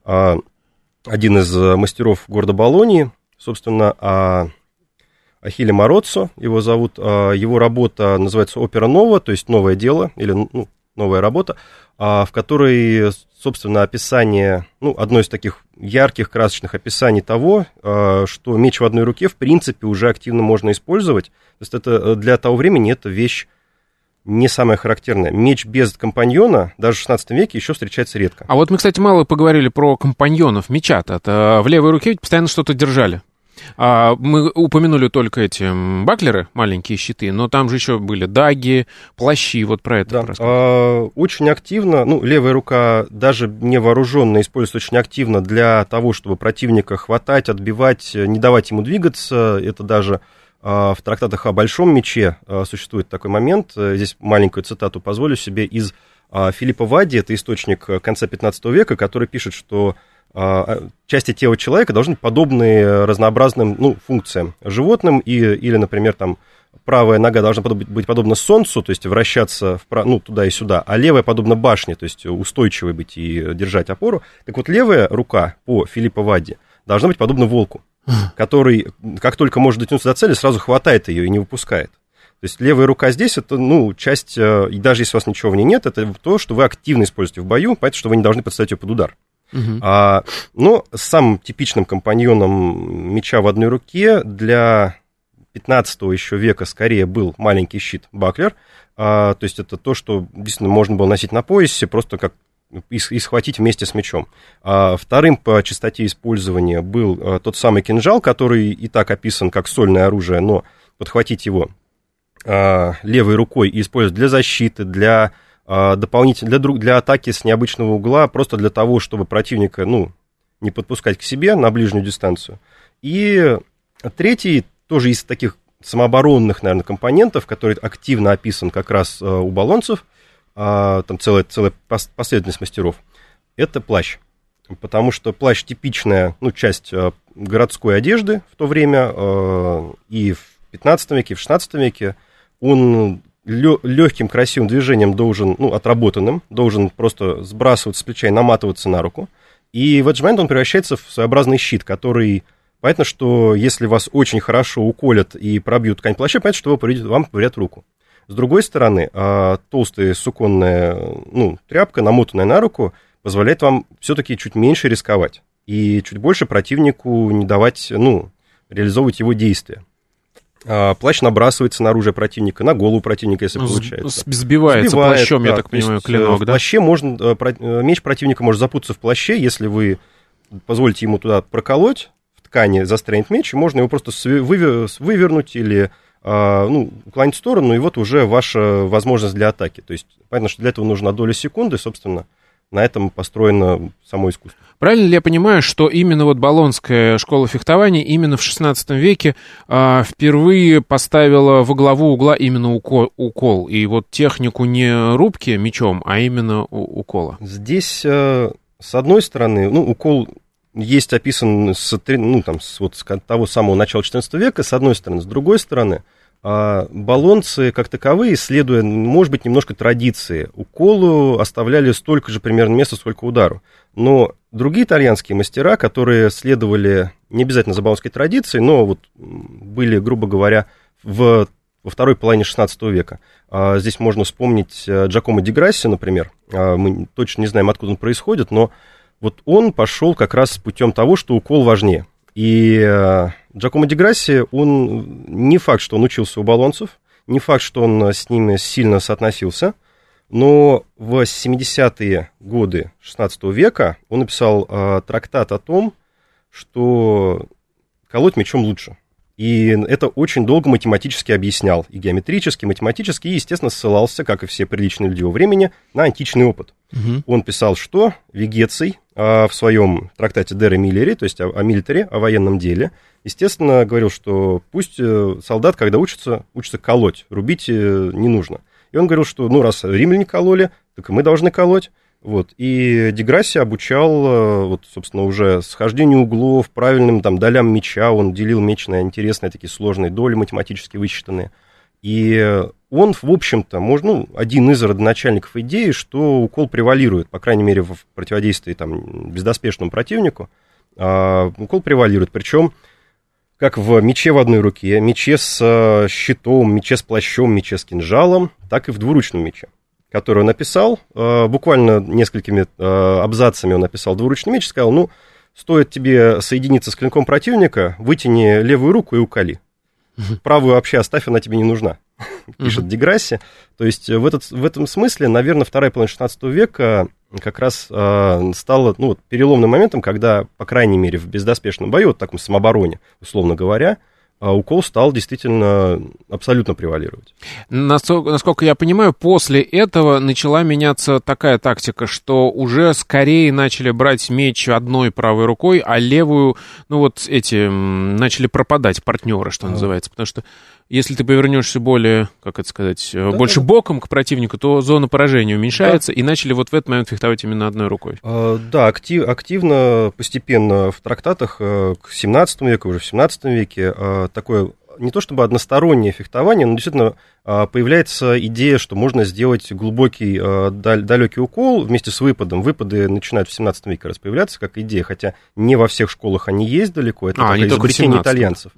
один из мастеров города Болоньи, собственно, Ахилле Мороццо, его зовут, его работа называется «Опера нова», то есть «Новое дело», или ну, «Новая работа», в которой, собственно, описание, ну, одно из таких ярких, красочных описаний того, что меч в одной руке, в принципе, уже активно можно использовать. То есть это для того времени это вещь не самое характерное. Меч без компаньона даже в 16 веке еще встречается редко. А вот мы, кстати, мало поговорили про компаньонов меча-то. Это в левой руке ведь постоянно что-то держали. Мы упомянули только эти баклеры, маленькие щиты, но там же еще были даги, плащи, вот про это. Да, очень активно, ну, левая рука, даже невооруженная, используется очень активно для того, чтобы противника хватать, отбивать, не давать ему двигаться. Это даже в трактатах о большом мече существует такой момент. Здесь маленькую цитату позволю себе из Филиппа Вадди, это источник конца 15 века, который пишет, что части тела человека должны быть подобны разнообразным, ну, функциям животным, или, например, там, правая нога должна быть подобна солнцу, то есть вращаться ну, туда и сюда, а левая подобна башне, то есть устойчивой быть и держать опору. Так вот, левая рука по Филиппу Вадди должна быть подобна волку, который, как только может дотянуться до цели, сразу хватает ее и не выпускает. То есть левая рука здесь, это, ну, часть, и даже если у вас ничего в ней нет, это то, что вы активно используете в бою, поэтому что вы не должны подставить ее под удар. Но самым типичным компаньоном меча в одной руке для 15 еще века скорее был маленький щит баклер, то есть это то, что действительно можно было носить на поясе, просто как и схватить вместе с мечом. Вторым по частоте использования был тот самый кинжал, который и так описан как сольное оружие, но подхватить его левой рукой и использовать для защиты, для дополнительно для атаки с необычного угла, просто для того, чтобы противника, ну, не подпускать к себе на ближнюю дистанцию. И третий, тоже из таких самооборонных, наверное, компонентов, который активно описан как раз у болонцев, там целая последовательность мастеров, это плащ. Потому что плащ типичная, ну, часть городской одежды в то время, и в 15 веке, и в 16 веке, он легким красивым движением должен, ну, отработанным, должен просто сбрасываться с плеча и наматываться на руку. И в этот же момент он превращается в своеобразный щит, который, понятно, что если вас очень хорошо уколят и пробьют ткань плаща, понятно, что вам повредят руку. С другой стороны, толстая суконная, ну, тряпка, намотанная на руку, позволяет вам все-таки чуть меньше рисковать и чуть больше противнику не давать, ну, реализовывать его действия. Плащ набрасывается на оружие противника, на голову противника, если получается. Сбивается плащом, да, я так понимаю, клинок, да? В плаще меч противника может запутаться в плаще, если вы позволите ему туда проколоть, в ткани застрянет меч, и можно его просто вывернуть или, ну, уклонить в сторону, и вот уже ваша возможность для атаки. То есть, понятно, что для этого нужна доля секунды, собственно, на этом построено само искусство. Правильно ли я понимаю, что именно вот Болонская школа фехтования именно в XVI веке впервые поставила во главу угла именно укол, и вот технику не рубки мечом, а именно укола? Здесь, с одной стороны, ну, укол есть описан с того самого начала XIV века, с одной стороны. С другой стороны, болонцы, как таковые, следуя, может быть, немножко традиции, уколу оставляли столько же примерно места, сколько удару. Но другие итальянские мастера, которые следовали не обязательно за болонской традицией, но вот были, грубо говоря, во второй половине XVI века. Здесь можно вспомнить Джакомо ди Грасси, например. Мы точно не знаем, откуда он происходит, но вот он пошел как раз путем того, что укол важнее. И Джакомо ди Грасси, он не факт, что он учился у болонцев, Не факт, что он с ними сильно соотносился, но в 70-е годы XVI века он написал трактат о том, что колоть мечом лучше. И это очень долго математически объяснял, и геометрически, и математически, и, естественно, ссылался, как и все приличные люди его времени, на античный опыт. Он писал, что Вегеций в своем трактате «De re militari», то есть о милитаре, о военном деле, естественно, говорил, что пусть солдат, когда учится колоть, рубить не нужно. И он говорил, что, раз римляне кололи, так и мы должны колоть. Вот. И Деграсси обучал, вот, собственно, уже схождению углов, правильным там, долям меча, он делил меч на интересные такие сложные доли, математически высчитанные. И он, в общем-то, один из родоначальников идеи, что укол превалирует, по крайней мере, в противодействии там, бездоспешному противнику, укол превалирует, причем как в мече в одной руке, мече с щитом, мече с плащом, мече с кинжалом, так и в двуручном мече, который он написал, буквально несколькими абзацами он написал двуручный меч, сказал, стоит тебе соединиться с клинком противника, вытяни левую руку и уколи. Правую вообще оставь, она тебе не нужна, пишет Деграсси. То есть в этом смысле, наверное, вторая половина XVI века как раз стала переломным моментом, когда, по крайней мере, в бездоспешном бою, вот таком самообороне, условно говоря, укол стал действительно абсолютно превалировать. Насколько я понимаю, после этого начала меняться такая тактика, что уже скорее начали брать меч одной правой рукой, а левую, начали пропадать партнеры, что называется. Потому что если ты повернешься более, больше боком к противнику, то зона поражения уменьшается, и начали вот в этот момент фехтовать именно одной рукой. Да, активно, постепенно в трактатах к 17 веку, уже в 17 веке такое не то чтобы одностороннее фехтование, но действительно появляется идея, что можно сделать глубокий, далекий укол вместе с выпадом. Выпады начинают в 17 веке раз появляться как идея, хотя не во всех школах они есть далеко. Это изобретение итальянцев.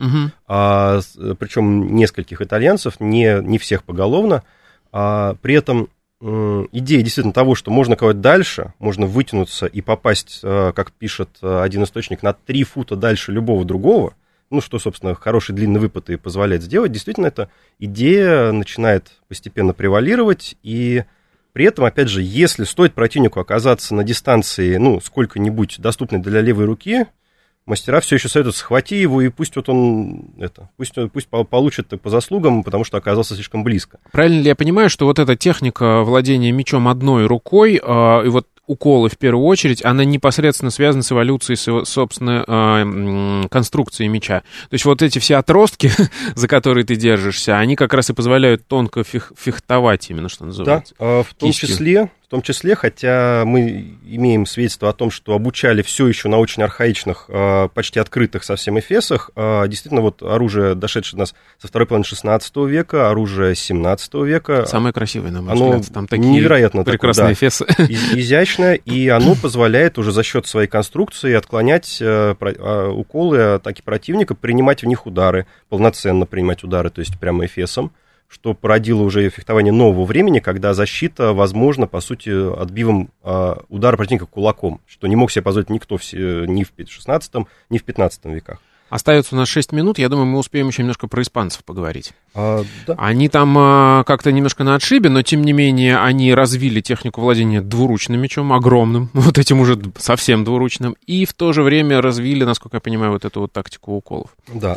Причем нескольких итальянцев, не всех поголовно. При этом идея действительно того, что можно колоть дальше, можно вытянуться и попасть, как пишет один источник, на 3 фута дальше любого другого, что, собственно, хороший длинный выпад и позволяет сделать, действительно, эта идея начинает постепенно превалировать, и при этом, опять же, если стоит противнику оказаться на дистанции, сколько-нибудь доступной для левой руки, мастера все еще советуют, схвати его, и пусть пусть получит по заслугам, потому что оказался слишком близко. Правильно ли я понимаю, что вот эта техника владения мечом одной рукой, и вот уколы в первую очередь, она непосредственно связана с эволюцией, собственно, конструкции меча. То есть вот эти все отростки, за которые ты держишься, они как раз и позволяют тонко фехтовать именно, что называется. Да, в том числе, хотя мы имеем свидетельство о том, что обучали все еще на очень архаичных, почти открытых совсем эфесах, действительно, вот оружие, дошедшее до нас со второй половины XVI века, оружие 17 века. Самое красивое, на мой взгляд. Там такие невероятно прекрасные эфесы. Изящное, и оно позволяет уже за счет своей конструкции отклонять уколы, атаки противника, принимать в них удары, полноценно принимать удары, то есть прямо эфесом, что породило уже фехтование нового времени, когда защита возможна, по сути, отбивом удара противника кулаком, что не мог себе позволить никто ни в XVI, ни в XV веках. Остается у нас 6 минут, я думаю, мы успеем еще немножко про испанцев поговорить. Да. Они там как-то немножко на отшибе, но тем не менее они развили технику владения двуручным мечом, огромным, вот этим уже совсем двуручным, и в то же время развили, насколько я понимаю, вот эту вот тактику уколов. Да,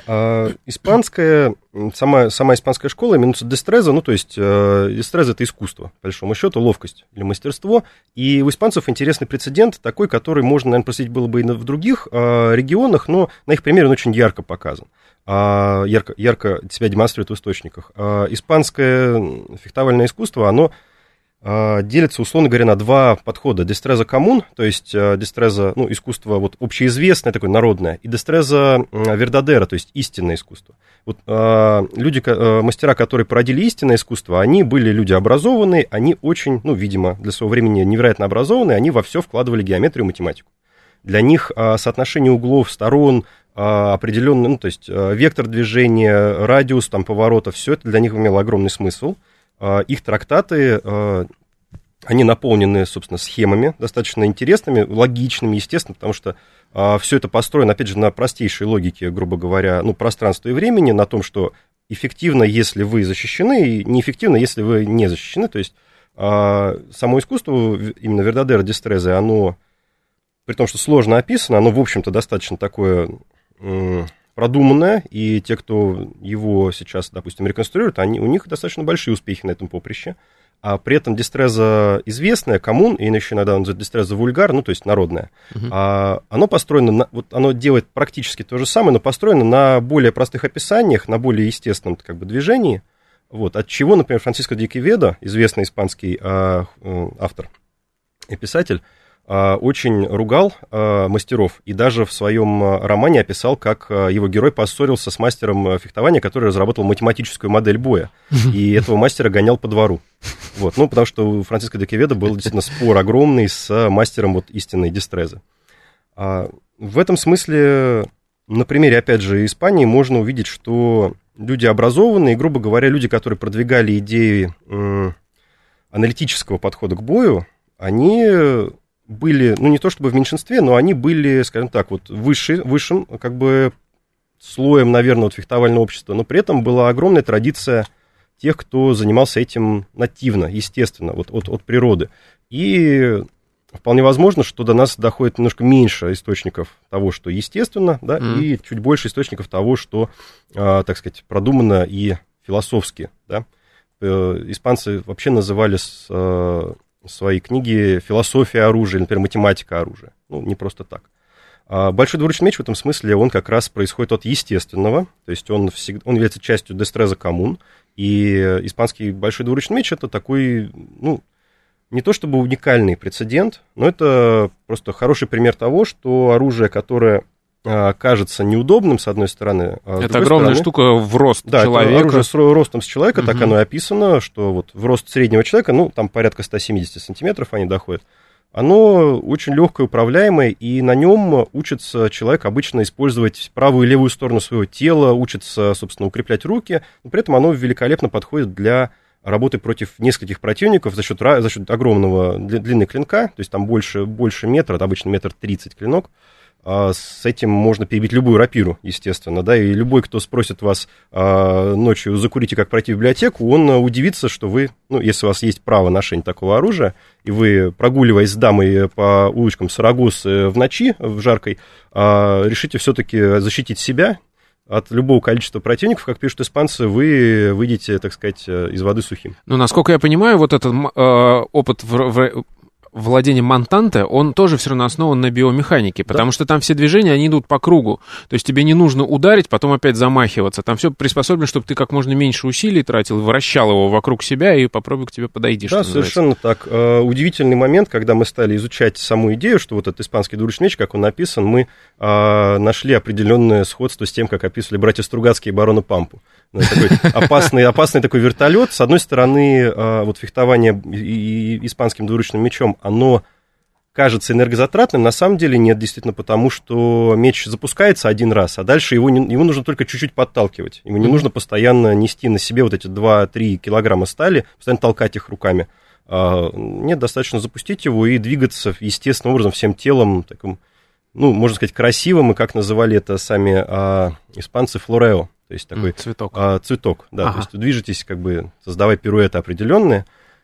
сама испанская школа именуется дестреза, то есть дестреза — это искусство, по большому счету, ловкость или мастерство, и у испанцев интересный прецедент, такой, который можно, наверное, проследить было бы и в других регионах, но на их примере он очень ярко показан. Ярко себя демонстрирует в источниках. Испанское фехтовальное искусство, оно делится, условно говоря, на 2 подхода. Дестреза коммун, то есть дестреза, искусство вот общеизвестное, такое народное, и дестреза вердадера, то есть истинное искусство. Вот мастера, которые породили истинное искусство, они были люди образованные, они очень, видимо, для своего времени невероятно образованные, они во все вкладывали геометрию, математику. Для них соотношение углов, сторон, определенный, то есть вектор движения, радиус поворота, все это для них имело огромный смысл. Их трактаты, они наполнены, собственно, схемами достаточно интересными, логичными, естественно, потому что все это построено, опять же, на простейшей логике, грубо говоря, пространства и времени, на том, что эффективно, если вы защищены, и неэффективно, если вы не защищены. То есть само искусство, именно Вердадера Дистрезе, оно, при том, что сложно описано, оно, в общем-то, достаточно такое продуманное, и те, кто его сейчас, допустим, реконструирует, у них достаточно большие успехи на этом поприще. А при этом Дистреза известная, коммун, и еще иногда он называется Дистреза вульгар, ну, то есть народная, оно построено, оно делает практически то же самое, но построено на более простых описаниях, на более естественном как бы движении, вот, от чего, например, Франциско де Кеведо, известный испанский автор и писатель, очень ругал мастеров и даже в своем романе описал, как его герой поссорился с мастером фехтования, который разработал математическую модель боя, и этого мастера гонял по двору. Вот, ну, потому что у Франциско де Кеведо был действительно спор огромный с мастером вот истинной Дистрезы. В этом смысле, на примере, опять же, Испании можно увидеть, что люди образованные, грубо говоря, люди, которые продвигали идеи аналитического подхода к бою, они были, ну, не то чтобы в меньшинстве, но они были, скажем так, вот высшим, как бы, слоем, наверное, вот фехтовального общества, но при этом была огромная традиция тех, кто занимался этим нативно, естественно, вот от природы. И вполне возможно, что до нас доходит немножко меньше источников того, что естественно, да, и чуть больше источников того, что, так сказать, продумано и философски, да. Испанцы вообще называли свои книги «Философия оружия», например, «Математика оружия». Ну, не просто так. Большой двуручный меч в этом смысле, он как раз происходит от естественного, то есть он является частью Дестреза коммун, и испанский большой двуручный меч — это такой, ну, не то чтобы уникальный прецедент, но это просто хороший пример того, что оружие, которое кажется неудобным, с одной стороны. Это огромная штука в рост человека. Да, оружие с ростом с человека, так оно и описано, что вот в рост среднего человека, ну, там порядка 170 сантиметров они доходят, оно очень легкое, управляемое, и на нем учится человек обычно использовать правую и левую сторону своего тела, учится, собственно, укреплять руки, но при этом оно великолепно подходит для работы против нескольких противников за счет огромного длины клинка, то есть там больше метра, обычно 1,30 м клинок. С этим можно перебить любую рапиру, естественно, да, и любой, кто спросит вас ночью, закурите, как пройти в библиотеку, он удивится, что вы, ну, если у вас есть право ношения такого оружия, и вы, прогуливаясь с дамой по улочкам Сарагосы в ночи, в жаркой, решите все-таки защитить себя от любого количества противников, как пишут испанцы, вы выйдете, так сказать, из воды сухим. Ну, насколько я понимаю, вот этот опыт владение Монтанте, он тоже все равно основан на биомеханике, потому что там все движения, они идут по кругу. То есть тебе не нужно ударить, потом опять замахиваться. Там все приспособлено, чтобы ты как можно меньше усилий тратил, вращал его вокруг себя и попробуй к тебе подойди. Да, совершенно так. Удивительный момент, когда мы стали изучать саму идею, что вот этот испанский двуручный меч, как он написан, мы нашли определенное сходство с тем, как описывали братья Стругацкие и барона Пампу. Такой опасный такой вертолет. С одной стороны, вот фехтование испанским двуручным мечом, оно кажется энергозатратным, на самом деле нет, действительно, потому что меч запускается один раз, а дальше его нужно только чуть-чуть подталкивать. Ему не нужно постоянно нести на себе вот эти 2-3 килограмма стали, постоянно толкать их руками. Нет, достаточно запустить его и двигаться естественным образом всем телом, таким, ну, можно сказать, красивым, и как называли это сами испанцы, флорео. То есть такой цветок. Цветок, да. То есть вы движетесь, как бы создавая пируэты определенные,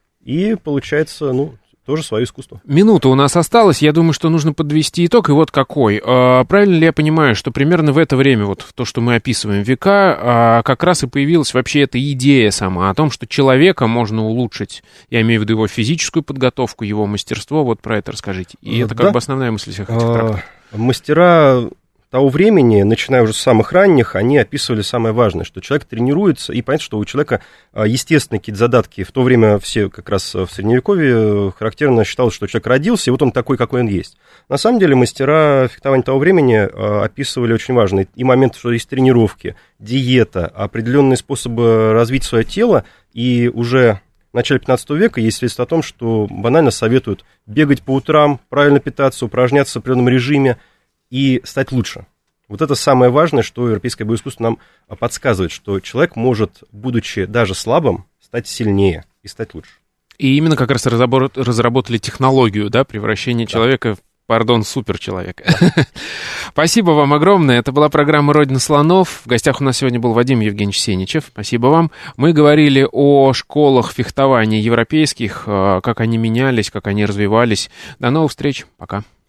и получается, ну, тоже свое искусство. Минута у нас осталась, я думаю, что нужно подвести итог, и вот какой. Правильно ли я понимаю, что примерно в это время, вот в то, что мы описываем века, как раз и появилась вообще эта идея сама о том, что человека можно улучшить, я имею в виду его физическую подготовку, его мастерство, вот про это расскажите. И это как бы основная мысль всех этих трактатов. Мастера того времени, начиная уже с самых ранних, они описывали самое важное, что человек тренируется, и понятно, что у человека естественные какие-то задатки. В то время все как раз в Средневековье характерно считалось, что человек родился, и вот он такой, какой он есть. На самом деле мастера фехтования того времени описывали очень важные и моменты, что есть тренировки, диета, определенные способы развить свое тело, и уже в начале 15 века есть свидетельство о том, что банально советуют бегать по утрам, правильно питаться, упражняться в определенном режиме, и стать лучше. Вот это самое важное, что европейское боеискусство нам подсказывает, что человек может, будучи даже слабым, стать сильнее и стать лучше. И именно как раз разработали технологию, да, превращения человека Пардон, суперчеловек. Спасибо вам огромное. Это была программа «Родина слонов». В гостях у нас сегодня был Вадим Евгеньевич Сеничев. Спасибо вам. Мы говорили о школах фехтования европейских, как они менялись, как они развивались. До новых встреч. Пока.